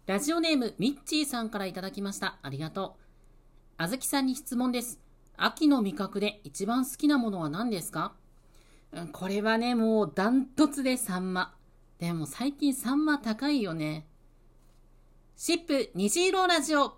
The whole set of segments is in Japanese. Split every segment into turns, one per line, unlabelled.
ラジオネームミッチーさんからいただきました。ありがとう。あずきさんに質問です。秋の味覚で一番好きなものは何ですか？これはね、もうダントツでサンマ。でも最近サンマ高いよね。シップ虹色ラジオ。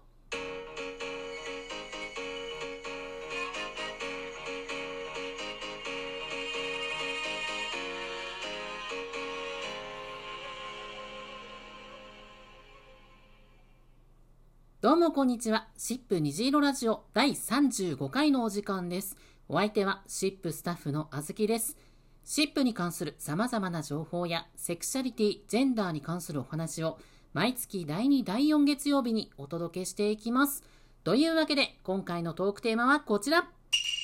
どうもこんにちは。シップ虹色ラジオ第35回のお時間です。お相手はシップスタッフのあずきです。シップに関する様々な情報やセクシャリティ、ジェンダーに関するお話を毎月第2、第4月曜日にお届けしていきます。というわけで今回のトークテーマはこちら。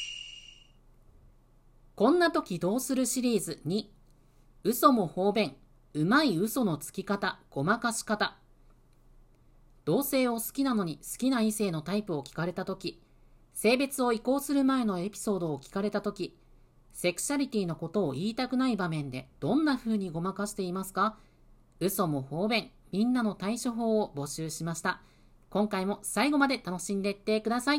こんな時どうするシリーズ2、嘘も方便、うまい嘘のつき方、ごまかし方。同性を好きなのに好きな異性のタイプを聞かれたとき、性別を移行する前のエピソードを聞かれたとき、セクシャリティのことを言いたくない場面でどんな風にごまかしていますか？嘘も方便、みんなの対処法を募集しました。今回も最後まで楽しんでいってください。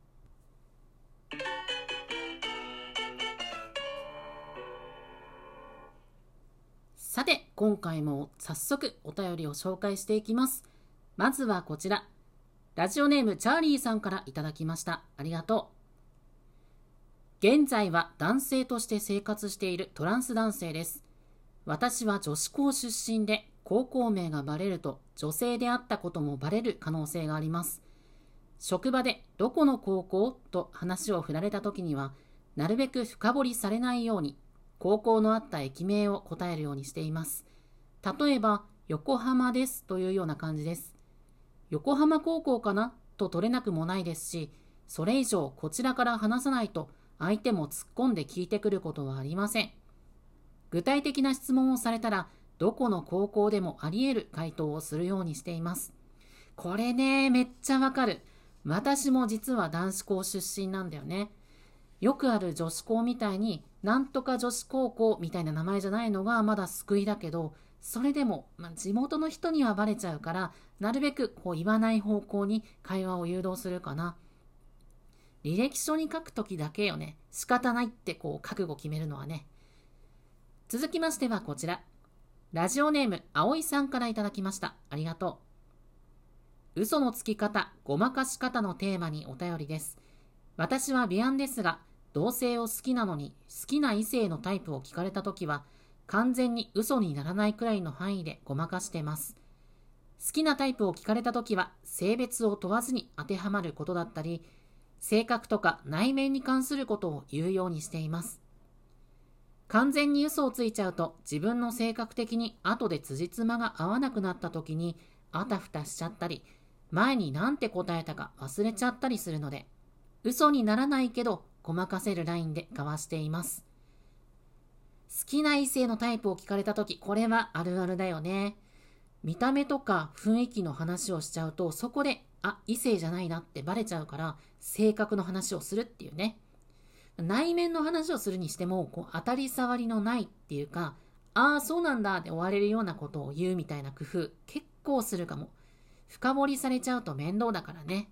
さて、今回も早速お便りを紹介していきます。まずはこちら。ラジオネームチャーリーさんからいただきました。ありがとう。現在は男性として生活しているトランス男性です。私は女子校出身で、高校名がバレると女性であったこともバレる可能性があります。職場でどこの高校と話を振られた時には、なるべく深掘りされないように、高校のあった駅名を答えるようにしています。例えば、横浜ですというような感じです。横浜高校かなと取れなくもないですし、それ以上こちらから話さないと相手も突っ込んで聞いてくることはありません。具体的な質問をされたら、どこの高校でもあり得る回答をするようにしています。これね、めっちゃわかる。私も実は男子校出身なんだよね。よくある女子校みたいに、なんとか女子高校みたいな名前じゃないのがまだ救いだけど、それでも、地元の人にはバレちゃうから、なるべく言わない方向に会話を誘導するかな。履歴書に書くときだけよね。仕方ないって覚悟決めるのはね。続きましてはこちら。ラジオネーム、あおいさんからいただきました。ありがとう。嘘のつき方、ごまかし方のテーマにお便りです。私は美安ですが、同性を好きなのに好きな異性のタイプを聞かれたときは、完全に嘘にならないくらいの範囲でごまかしてます。好きなタイプを聞かれたときは、性別を問わずに当てはまることだったり、性格とか内面に関することを言うようにしています。完全に嘘をついちゃうと、自分の性格的に後で辻褄が合わなくなったときに、あたふたしちゃったり、前になんて答えたか忘れちゃったりするので、嘘にならないけど、ごまかせるラインで交わしています。好きな異性のタイプを聞かれたとき、これはあるあるだよね。見た目とか雰囲気の話をしちゃうと、そこで、異性じゃないなってバレちゃうから、性格の話をするっていうね。内面の話をするにしても、当たり障りのないっていうか、そうなんだで終われるようなことを言うみたいな工夫、結構するかも。深掘りされちゃうと面倒だからね。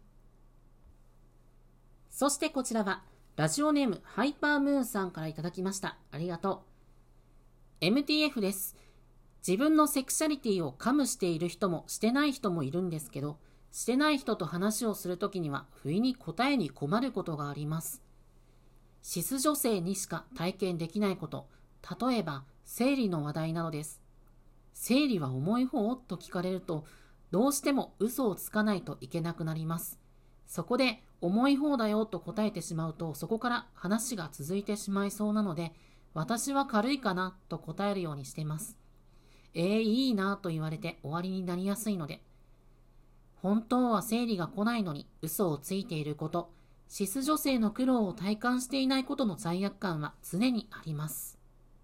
そしてこちらは、ラジオネームハイパームーンさんからいただきました。ありがとう。MTF です。自分のセクシャリティを加味している人もしてない人もいるんですけど、してない人と話をするときには不意に答えに困ることがあります。シス女性にしか体験できないこと、例えば生理の話題などです。生理は重い方と聞かれると、どうしても嘘をつかないといけなくなります。そこで重い方だよと答えてしまうと、そこから話が続いてしまいそうなので、私は軽いかなと答えるようにしています。いいなと言われて終わりになりやすいので。本当は生理が来ないのに嘘をついていること、シス女性の苦労を体感していないことの罪悪感は常にあります。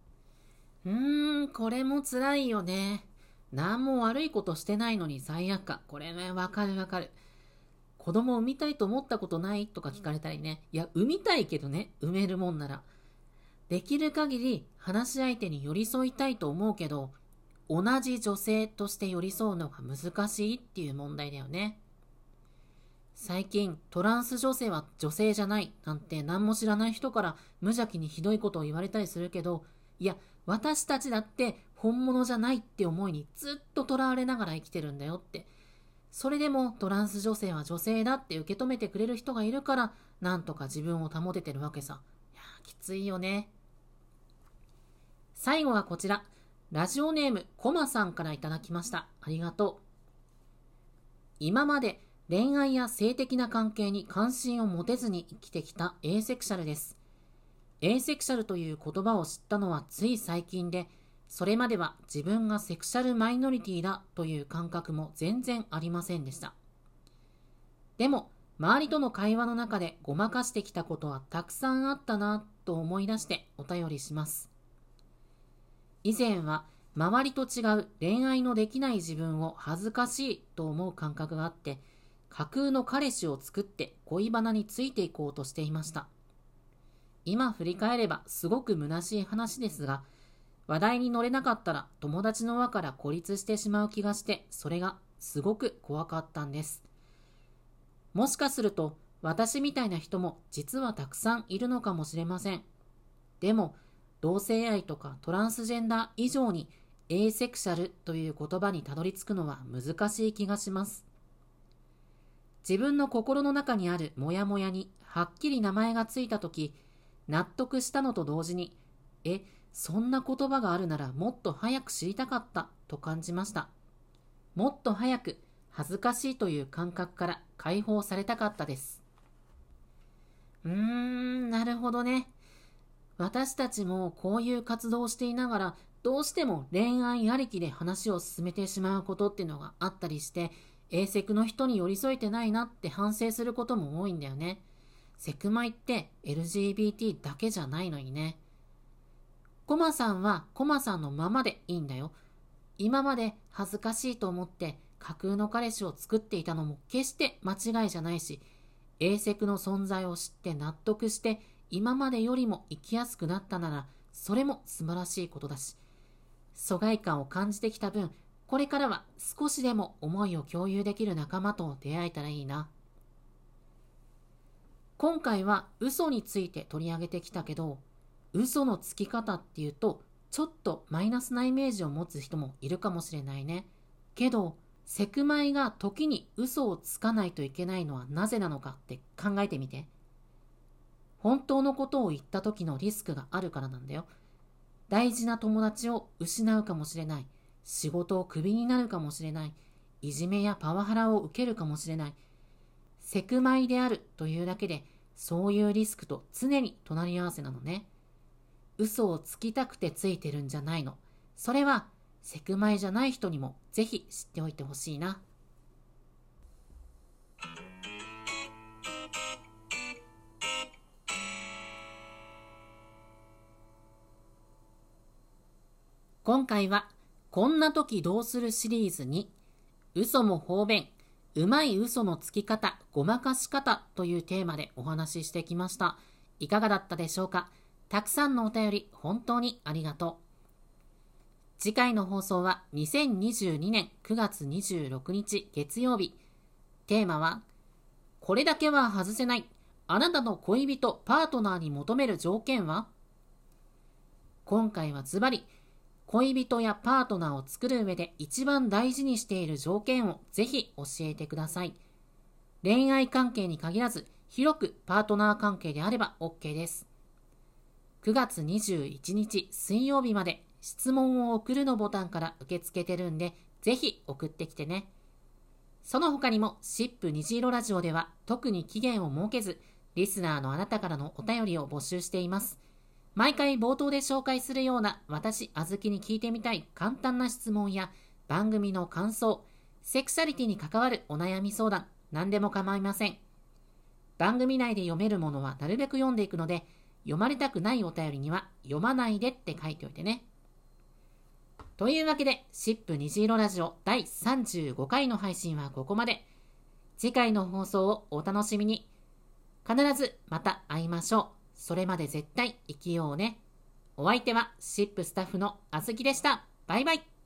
これも辛いよね。何も悪いことしてないのに罪悪感。これね、わかるわかる。子供を産みたいと思ったことないとか聞かれたりね。いや、産みたいけどね、産めるもんなら。できる限り話し相手に寄り添いたいと思うけど、 同じ女性として寄り添うのが難しいっていう問題だよね。最近トランス女性は女性じゃないなんて何も知らない人から無邪気にひどいことを言われたりするけど、いや私たちだって本物じゃないって思いにずっととらわれながら生きてるんだよって。それでもトランス女性は女性だって受け止めてくれる人がいるからなんとか自分を保ててるわけさ。いやきついよね。最後はこちら、ラジオネームコマさんからいただきました。ありがとう。今まで恋愛や性的な関係に関心を持てずに生きてきたエーセクシャルです。エーセクシャルという言葉を知ったのはつい最近で、それまでは自分がセクシャルマイノリティだという感覚も全然ありませんでした。でも、周りとの会話の中でごまかしてきたことはたくさんあったなと思い出してお便りします。以前は周りと違う恋愛のできない自分を恥ずかしいと思う感覚があって、架空の彼氏を作って恋バナについていこうとしていました。今振り返ればすごく虚しい話ですが、話題に乗れなかったら友達の輪から孤立してしまう気がして、それがすごく怖かったんです。もしかすると私みたいな人も実はたくさんいるのかもしれません。でも同性愛とかトランスジェンダー以上にエーセクシャルという言葉にたどり着くのは難しい気がします。自分の心の中にあるモヤモヤにはっきり名前がついたとき、納得したのと同時に、そんな言葉があるならもっと早く知りたかったと感じました。もっと早く恥ずかしいという感覚から解放されたかったです。なるほどね。私たちもこういう活動をしていながら、どうしても恋愛ありきで話を進めてしまうことっていうのがあったりして、エーセクの人に寄り添えてないなって反省することも多いんだよね。セクマイって LGBT だけじゃないのにね。コマさんはコマさんのままでいいんだよ。今まで恥ずかしいと思って架空の彼氏を作っていたのも決して間違いじゃないし、エーセクの存在を知って納得して今までよりも生きやすくなったなら、それも素晴らしいことだし、疎外感を感じてきた分、これからは少しでも思いを共有できる仲間と出会えたらいいな。今回は嘘について取り上げてきたけど、嘘のつき方っていうとちょっとマイナスなイメージを持つ人もいるかもしれないね。けどセクマイが時に嘘をつかないといけないのはなぜなのかって考えてみて。本当のことを言った時のリスクがあるからなんだよ。大事な友達を失うかもしれない。仕事をクビになるかもしれない。いじめやパワハラを受けるかもしれない。セクマイであるというだけで、そういうリスクと常に隣り合わせなのね。嘘をつきたくてついてるんじゃないの。それはセクマイじゃない人にもぜひ知っておいてほしいな。今回はこんな時どうするシリーズに、嘘も方便、うまい嘘のつき方、ごまかし方というテーマでお話ししてきました。いかがだったでしょうか。たくさんのお便り本当にありがとう。次回の放送は2022年9月26日月曜日。テーマは、これだけは外せない、あなたの恋人・パートナーに求める条件は？今回はズバリ、恋人やパートナーを作る上で一番大事にしている条件をぜひ教えてください。恋愛関係に限らず、広くパートナー関係であれば OK です。9月21日水曜日まで質問を送るのボタンから受け付けてるんで、ぜひ送ってきてね。その他にも、シップ虹色ラジオでは特に期限を設けず、リスナーのあなたからのお便りを募集しています。毎回冒頭で紹介するような私、あずきに聞いてみたい簡単な質問や番組の感想、セクシャリティに関わるお悩み相談、何でも構いません。番組内で読めるものはなるべく読んでいくので、読まれたくないお便りには読まないでって書いておいてね。というわけで、シップ虹色ラジオ第35回の配信はここまで。次回の放送をお楽しみに。必ずまた会いましょう。それまで絶対生きようね。お相手はシップスタッフのあずきでした。バイバイ。